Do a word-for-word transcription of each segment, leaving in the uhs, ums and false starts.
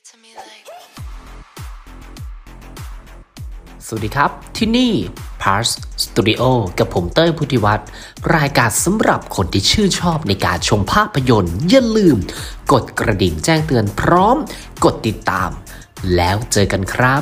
สวัสดีครับที่นี่ Pars Studio กับผมเต้ยพุทธิวัฒน์รายการสำหรับคนที่ชื่นชอบในการชมภาพยนตร์อย่าลืมกดกระดิ่งแจ้งเตือนพร้อมกดติดตามแล้วเจอกันครับ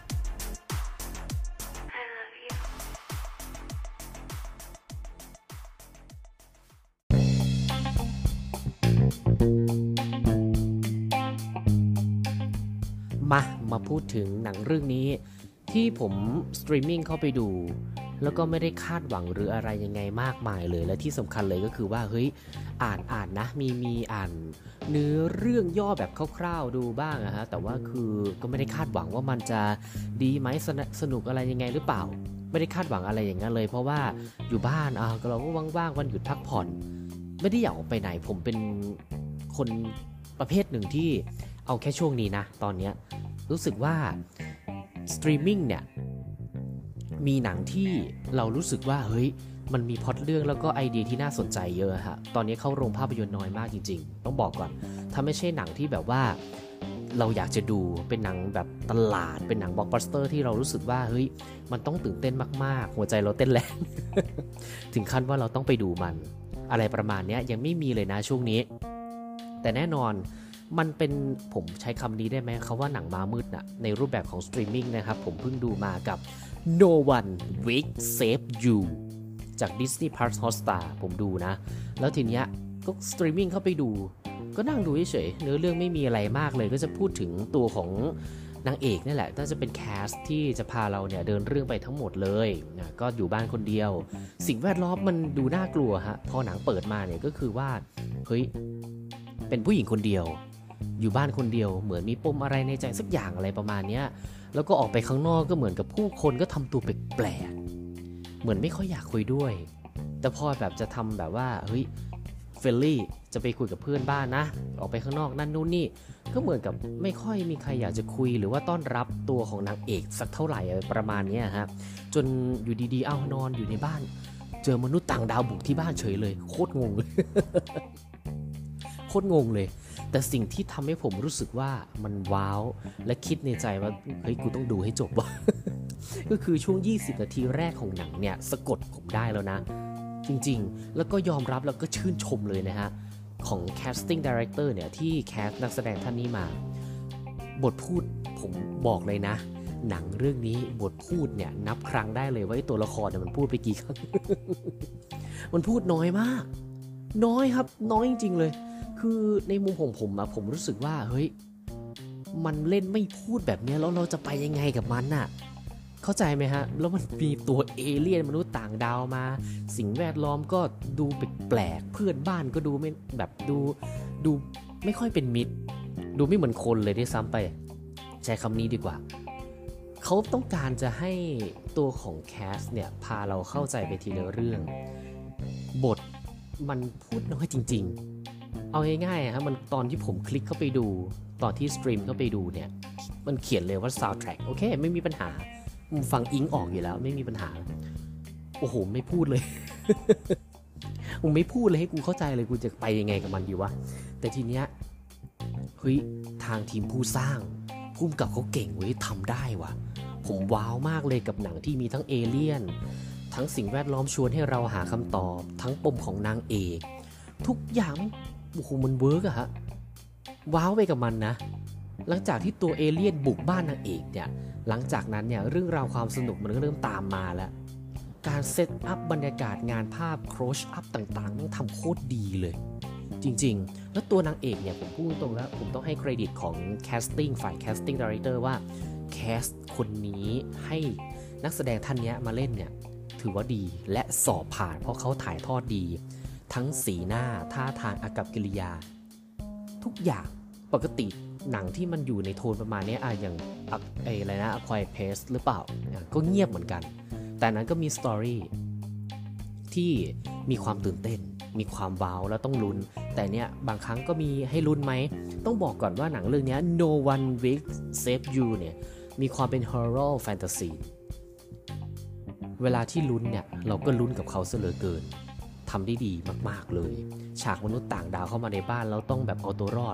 มามาพูดถึงหนังเรื่องนี้ที่ผมสตรีมมิ่งเข้าไปดูแล้วก็ไม่ได้คาดหวังหรืออะไรยังไงมากมายเลยและที่สำคัญเลยก็คือว่าเฮ้ยอ่านอ่านนะมีมีอ่านเนื้อเรื่องย่อแบบคร่าวๆดูบ้างอะฮะแต่ว่าคือก็ไม่ได้คาดหวังว่ามันจะดีไหมสนสนุกอะไรยังไงหรือเปล่าไม่ได้คาดหวังอะไรอย่างนั้นเลยเพราะว่าอยู่บ้านอ่ะเราก็ว่างๆวันหยุดพักผ่อนไม่ได้อยากออกไปไหนผมเป็นคนประเภทหนึ่งที่เอาแค่ช่วงนี้นะตอนนี้รู้สึกว่าสตรีมมิ่งเนี่ยมีหนังที่เรารู้สึกว่าเฮ้ยมันมีพล็อตเรื่องแล้วก็ไอเดียที่น่าสนใจเยอะฮะตอนนี้เข้าโรงภาพยนตร์น้อยมากจริงๆต้องบอกก่อนถ้าไม่ใช่หนังที่แบบว่าเราอยากจะดูเป็นหนังแบบตลาดเป็นหนังบล็อกบัสเตอร์ที่เรารู้สึกว่าเฮ้ยมันต้องตื่นเต้นมากๆหัวใจเราเต้นแรง ถึงขั้นว่าเราต้องไปดูมันอะไรประมาณนี้ยังไม่มีเลยนะช่วงนี้แต่แน่นอนมันเป็นผมใช้คำนี้ได้ไหมเขาว่าหนังม้ามืดนะในรูปแบบของสตรีมมิ่งนะครับผมเพิ่งดูมากับ No One Will Save You จาก Disney Plus Hotstar ผมดูนะแล้วทีเนี้ยก็สตรีมมิ่งเข้าไปดูก็นั่งดูเฉยๆเนื้อเรื่องไม่มีอะไรมากเลยก็จะพูดถึงตัวของนางเอกนี่แหละน่าจะเป็นแคสที่จะพาเราเนี่ยเดินเรื่องไปทั้งหมดเลยนะก็อยู่บ้านคนเดียวสิ่งแวดล้อมมันดูน่ากลัวฮะพอหนังเปิดมาเนี่ยก็คือว่าเฮ้ยเป็นผู้หญิงคนเดียวอยู่บ้านคนเดียวเหมือนมีปมอะไรในใจสักอย่างอะไรประมาณนี้แล้วก็ออกไปข้างนอกก็เหมือนกับผู้คนก็ทำตัวแปลกๆเหมือนไม่ค่อยอยากคุยด้วยแต่พอแบบจะทำแบบว่าเฮ้ยเฟรนลี่จะไปคุยกับเพื่อนบ้านนะออกไปข้างนอกนั่นนู่นนี่ก็เหมือนกับไม่ค่อยมีใครอยากจะคุยหรือว่าต้อนรับตัวของนางเอกสักเท่าไหร่ประมาณนี้ฮะจนอยู่ดีๆเอ้านอนอยู่ในบ้านเจอมนุษย์ต่างดาวบุกที่บ้านเฉยเลยโคตรงงเลย โคตรงงเลยแต่สิ่งที่ทำให้ผมรู้สึกว่ามันว้าวและคิดในใจว่าเฮ้ยกูต้องดูให้จบว่ะ ก็คือช่วงยี่สิบนาทีแรกของหนังเนี่ยสะกดผมได้แล้วนะจริงๆแล้วก็ยอมรับแล้วก็ชื่นชมเลยนะฮะของ casting director เนี่ยที่แคสนักแสดงท่านนี้มาบทพูดผมบอกเลยนะหนังเรื่องนี้บทพูดเนี่ยนับครั้งได้เลยว่าตัวละครเนี่ยมันพูดไปกี่ครั้ง มันพูดน้อยมากน้อยครับน้อยจริงๆเลยคือในมุมของผมอะผมรู้สึกว่าเฮ้ยมันเล่นไม่พูดแบบนี้แล้วเราจะไปยังไงกับมันน่ะเข้าใจไหมฮะแล้วมันมีตัวเอเลี่ยนมนุษย์ต่างดาวมาสิ่งแวดล้อมก็ดูแปลกๆเพื่อนบ้านก็ดูไม่แบบดูดูไม่ค่อยเป็นมิตรดูไม่เหมือนคนเลยด้วยซ้ำไปใช้คำนี้ดีกว่าเขาต้องการจะให้ตัวของแคสเนี่ยพาเราเข้าใจไปทีละเรื่องบทมันพูดน้อยจริงๆเอาง่ายๆฮะมันตอนที่ผมคลิกเข้าไปดูตอนที่สตรีมเข้าไปดูเนี่ยมันเขียนเลยว่า soundtrack โอเคไม่มีปัญหาฟังอิงออกอยู่แล้วไม่มีปัญหาโอ้โหไม่พูดเลย ผมไม่พูดเลยให้กูเข้าใจเลยกูจะไปยังไงกับมันดีวะแต่ทีเนี้ยเฮ้ยทางทีมผู้สร้างพุ่มกับเขาเก่งเว้ยทำได้ว่ะผมว้าวมากเลยกับหนังที่มีทั้งเอเลี่ยนทั้งสิ่งแวดล้อมชวนให้เราหาคำตอบทั้งปมของนางเอกทุกอย่างโอ้โหมันเวิร์กอะฮะว้าวไปกับมันนะหลังจากที่ตัวเอเลี่ยนบุกบ้านนางเอกเนี่ยหลังจากนั้นเนี่ยเรื่องราวความสนุกมันก็เริ่มตามมาแล้วการเซตอัพบรรยากาศงานภาพโครชอัพต่างๆมันทำโคตรดีเลยจริงๆแล้วตัวนางเอกเนี่ยผมพูดตรงแล้วผมต้องให้เครดิตของแคสติ้งฝ่ายแคสติ้งไดเรคเตอร์ว่าแคสคนนี้ให้นักแสดงท่านนี้มาเล่นเนี่ยถือว่าดีและสอบผ่านเพราะเขาถ่ายทอดดีทั้งสีหน้าท่าทางอากัปกิริยาทุกอย่างปกติหนังที่มันอยู่ในโทนประมาณนี้อ่ะอย่างไอ้อะไรนะ A Quiet Place หรือเปล่าก็เงียบเหมือนกันแต่นั้นก็มีสตอรี่ที่มีความตื่นเต้นมีความว้าวแล้วต้องลุ้นแต่เนี้ยบางครั้งก็มีให้ลุ้นไหมต้องบอกก่อนว่าหนังเรื่องนี้ No One Will Save You เนี่ยมีความเป็น horror fantasy เวลาที่ลุ้นเนี่ยเราก็ลุ้นกับเขาซะเหลือเกินทำได้ดีมากๆเลยฉากมนุษย์ต่างดาวเข้ามาในบ้านแล้วต้องแบบเอาตัวรอด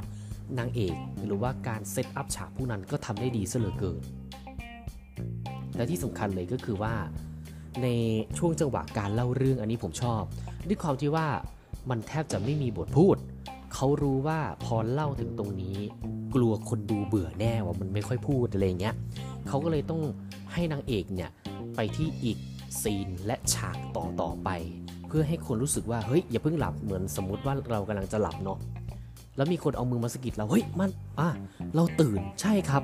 นางเอกหรือว่าการเซตอัพฉากพวกนั้นก็ทำได้ดีซะเหลือเกินและที่สำคัญเลยก็คือว่าในช่วงจังหวะการเล่าเรื่องอันนี้ผมชอบด้วยความที่ว่ามันแทบจะไม่มีบทพูดเขารู้ว่าพอเล่าถึงตรงนี้กลัวคนดูเบื่อแน่ว่ามันไม่ค่อยพูดอะไรเงี้ยเขาก็เลยต้องให้นางเอกเนี่ยไปที่อีกซีนและฉากต่อต่อไปเพื่อให้คนรู้สึกว่าเฮ้ยอย่าเพิ่งหลับเหมือนสมมุติว่าเรากำลังจะหลับเนาะแล้วมีคนเอามือมาสะกิดเราเฮ้ยมันอ่ะเราตื่นใช่ครับ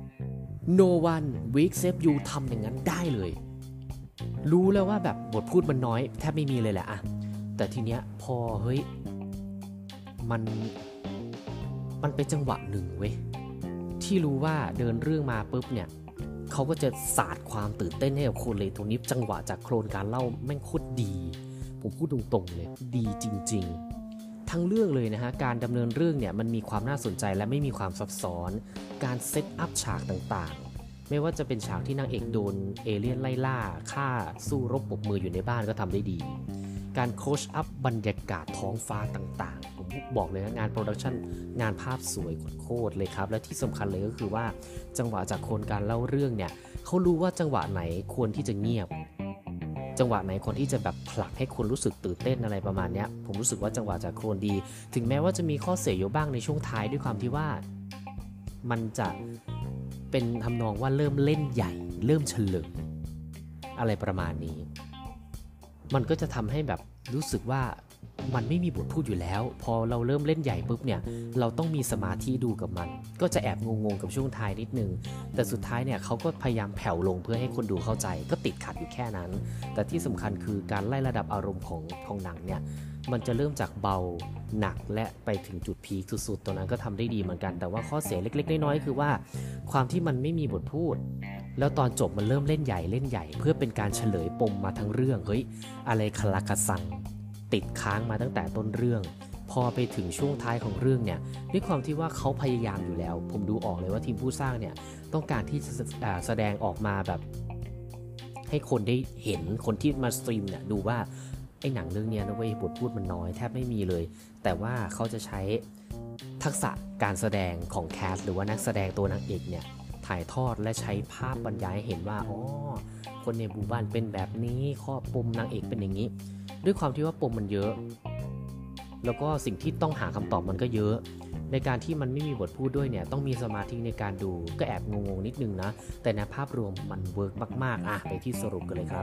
no one will save you ทำอย่างนั้นได้เลยรู้แล้วว่าแบบบทพูดมันน้อยแทบไม่มีเลยแหละอะแต่ทีเนี้ยพอเฮ้ยมันมันเป็นจังหวะหนึ่งเว้ยที่รู้ว่าเดินเรื่องมาปุ๊บเนี่ยเขาก็จะสาดความตื่นเต้นให้กับคนเลยตรงนี้จังหวะจากโครงการเล่าแม่งโคตรดีผมพูดตรงๆเลยดีจริงๆทั้งเรื่องเลยนะฮะการดำเนินเรื่องเนี่ยมันมีความน่าสนใจและไม่มีความซับซ้อนการเซตอัพฉากต่างๆไม่ว่าจะเป็นฉากที่นางเอกโดนเอเลี่ยนไล่ล่าฆ่าสู้รบปรบมืออยู่ในบ้านก็ทำได้ดีการโคชอัพบรรยากาศท้องฟ้าต่างๆผมบอกเลยนะงานโปรดักชันงานภาพสวยโคตรเลยครับและที่สำคัญเลยก็คือว่าจังหวะจากโครงการเล่าเรื่องเนี่ยเขารู้ว่าจังหวะไหนควรที่จะเงียบจังหวะไหนคนที่จะแบบผลักให้คนรู้สึกตื่นเต้นอะไรประมาณนี้ผมรู้สึกว่าจังหวะจากโครงดีถึงแม้ว่าจะมีข้อเสียอยู่บ้างในช่วงท้ายด้วยความที่ว่ามันจะเป็นทำนองว่าเริ่มเล่นใหญ่เริ่มเฉลิมอะไรประมาณนี้มันก็จะทำให้แบบรู้สึกว่ามันไม่มีบทพูดอยู่แล้วพอเราเริ่มเล่นใหญ่ปุ๊บเนี่ยเราต้องมีสมาธิดูกับมันก็จะแอบงงๆกับช่วงท้ายนิดนึงแต่สุดท้ายเนี่ยเขาก็พยายามแผ่วลงเพื่อให้คนดูเข้าใจก็ติดขัดอยู่แค่นั้นแต่ที่สำคัญคือการไล่ระดับอารมณ์ของของหนังเนี่ยมันจะเริ่มจากเบาหนักและไปถึงจุดพีคสุดๆตัวนั้นก็ทำได้ดีเหมือนกันแต่ว่าข้อเสียเล็กๆน้อยๆคือว่าความที่มันไม่มีบทพูดแล้วตอนจบมันเริ่มเล่นใหญ่เล่นใหญ่เพื่อเป็นการเฉลยปมมาทั้งเรื่องเฮ้ยอะไรคลักกระสังติดค้างมาตั้งแต่ต้นเรื่องพอไปถึงช่วงท้ายของเรื่องเนี่ยด้วยความที่ว่าเขาพยายามอยู่แล้วผมดูออกเลยว่าทีมผู้สร้างเนี่ยต้องการที่จะแสดงออกมาแบบให้คนได้เห็นคนที่มาสตรีมเนี่ยดูว่าไอ้หนังเรื่องนี้นะเว้ยบทพูดมันน้อยแทบไม่มีเลยแต่ว่าเขาจะใช้ทักษะการแสดงของแคสหรือว่านักแสดงตัวนางเอกเนี่ยถ่ายทอดและใช้ภาพบรรยายให้เห็นว่าอ๋อคนในหมู่บ้านเป็นแบบนี้ข้อปมนางเอกเป็นอย่างนี้ด้วยความที่ว่าปมมันเยอะแล้วก็สิ่งที่ต้องหาคำตอบมันก็เยอะในการที่มันไม่มีบทพูดด้วยเนี่ยต้องมีสมาธิในการดูก็แอบงงๆนิดนึงนะแต่ในภาพรวมมันเวิร์กมากๆอ่ะไปที่สรุปกันเลยครับ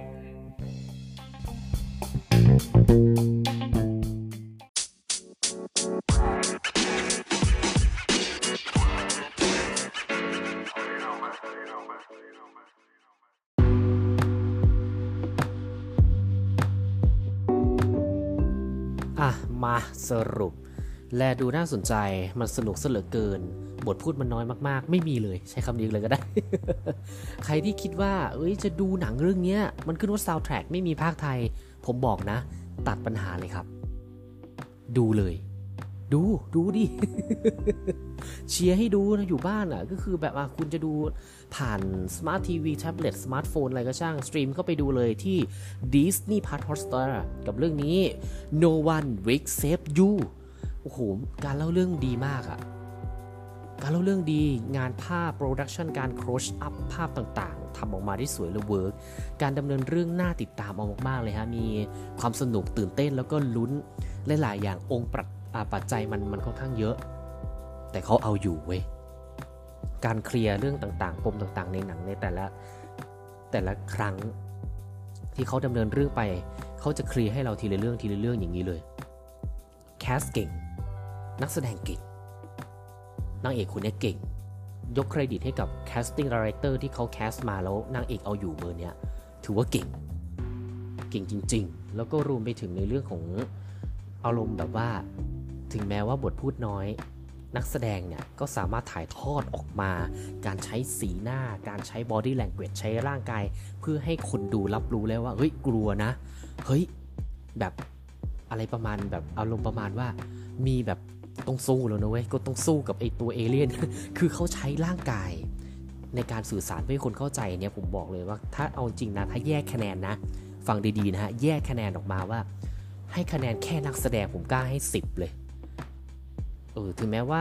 อ่ะมาสรุปและดูน่าสนใจมันสนุกซะเหลือเกินบทพูดมันน้อยมากๆไม่มีเลยใช้คำนี้เลยก็ได้ ใครที่คิดว่าเอ้ยจะดูหนังเรื่องนี้มันขึ้นว่าซาวด์แทร็กไม่มีภาคไทยผมบอกนะตัดปัญหาเลยครับดูเลยดูดูดิ เชียร์ให้ดูนะอยู่บ้านอ่ะก็คือแบบว่าคุณจะดูผ่านสมาร์ททีวีแท็บเล็ตสมาร์ทโฟนอะไรก็ช่างสตรีมเข้าไปดูเลยที่ Disney Plus Hotstar กับเรื่องนี้ No One Will Save You โอ้โหการเล่าเรื่องดีมากอ่ะการเล่าเรื่องดีงานภาพโปรดักชันการโครชอัพภาพต่างๆทำออกมาได้สวยและเวิร์กการดำเนินเรื่องน่าติดตามเอามากๆเลยฮะมีความสนุกตื่นเต้นแล้วก็ลุ้นหลายๆอย่างองค์ปัจจัยมันมันค่อนข้างเยอะแต่เขาเอาอยู่เว้ยการเคลียร์เรื่องต่างๆปมต่างๆในหนังในแต่ละแต่ละครั้งที่เขาดำเนินเรื่องไปเขาจะเคลียร์ให้เราทีละเรื่องทีละเรื่องอย่างนี้เลยแคสเก่งนักแสดงเก่งนางเอกคนนี้เก่งยกเครดิตให้กับ casting director ที่เขาแคสมาแล้วนางเอกเอาอยู่เบอร์เนี้ยถือว่าเก่งเก่งจริงๆแล้วก็รวมไปถึงในเรื่องของอารมณ์แบบว่าถึงแม้ว่าบทพูดน้อยนักแสดงเนี่ยก็สามารถถ่ายทอดออกมาการใช้สีหน้าการใช้ body language ใช้ร่างกายเพื่อให้คนดูรับรู้แล้วว่าเฮ้ยกลัวนะเฮ้ยแบบอะไรประมาณแบบอารมณ์ประมาณว่ามีแบบต้องสู้แล้วนะเว้ยก็ต้องสู้กับไอตัวเอเลี่ยน คือเขาใช้ร่างกายในการสื่อสารให้คนเข้าใจเนี่ยผมบอกเลยว่าถ้าเอาจริงนะถ้าแยกคะแนนนะฟังดีๆนะฮะแยกคะแนนออกมาว่าให้คะแนนแค่นักแสดงผมกล้าให้สิบเลยเออถึงแม้ว่าแบบ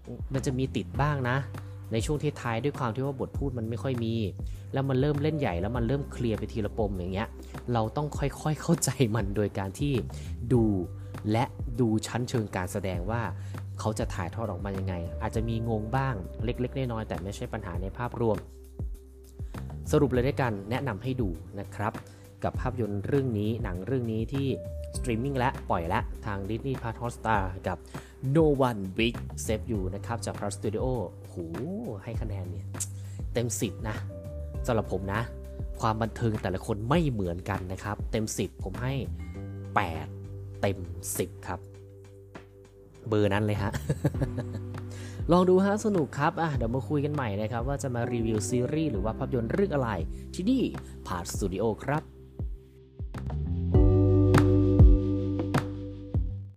มันจะมีติดบ้างนะในช่วงที่ท้ายด้วยความที่ว่าบทพูดมันไม่ค่อยมีแล้วมันเริ่มเล่นใหญ่แล้วมันเริ่มเคลียร์ไปทีละปมอย่างเงี้ยเราต้องค่อยๆเข้าใจมันโดยการที่ดูและดูชั้นเชิงการแสดงว่าเขาจะถ่ายทอดออกมายังไงอาจจะมีงงบ้างเล็กๆน้อยๆแต่ไม่ใช่ปัญหาในภาพรวมสรุปเลยด้วยกันแนะนำให้ดูนะครับกับภาพยนตร์เรื่องนี้หนังเรื่องนี้ที่สตรีมมิ่งและปล่อยและทาง Disney Plus Hotstar กับ No One Big Save You นะครับจาก Plus Studio โหให้คะแนนเนี่ยเต็มสิบนะสำหรับผมนะความบันเทิงแต่ละคนไม่เหมือนกันนะครับเต็มสิบผมให้แปดเต็มสิบครับเบอร์นั้นเลยฮะ ลองดูฮะสนุกครับอ่ะเดี๋ยวมาคุยกันใหม่นะครับว่าจะมารีวิวซีรีส์หรือว่าภาพยนตร์เรื่องอะไรที่นี่พาร์ทสตูดิโอครับ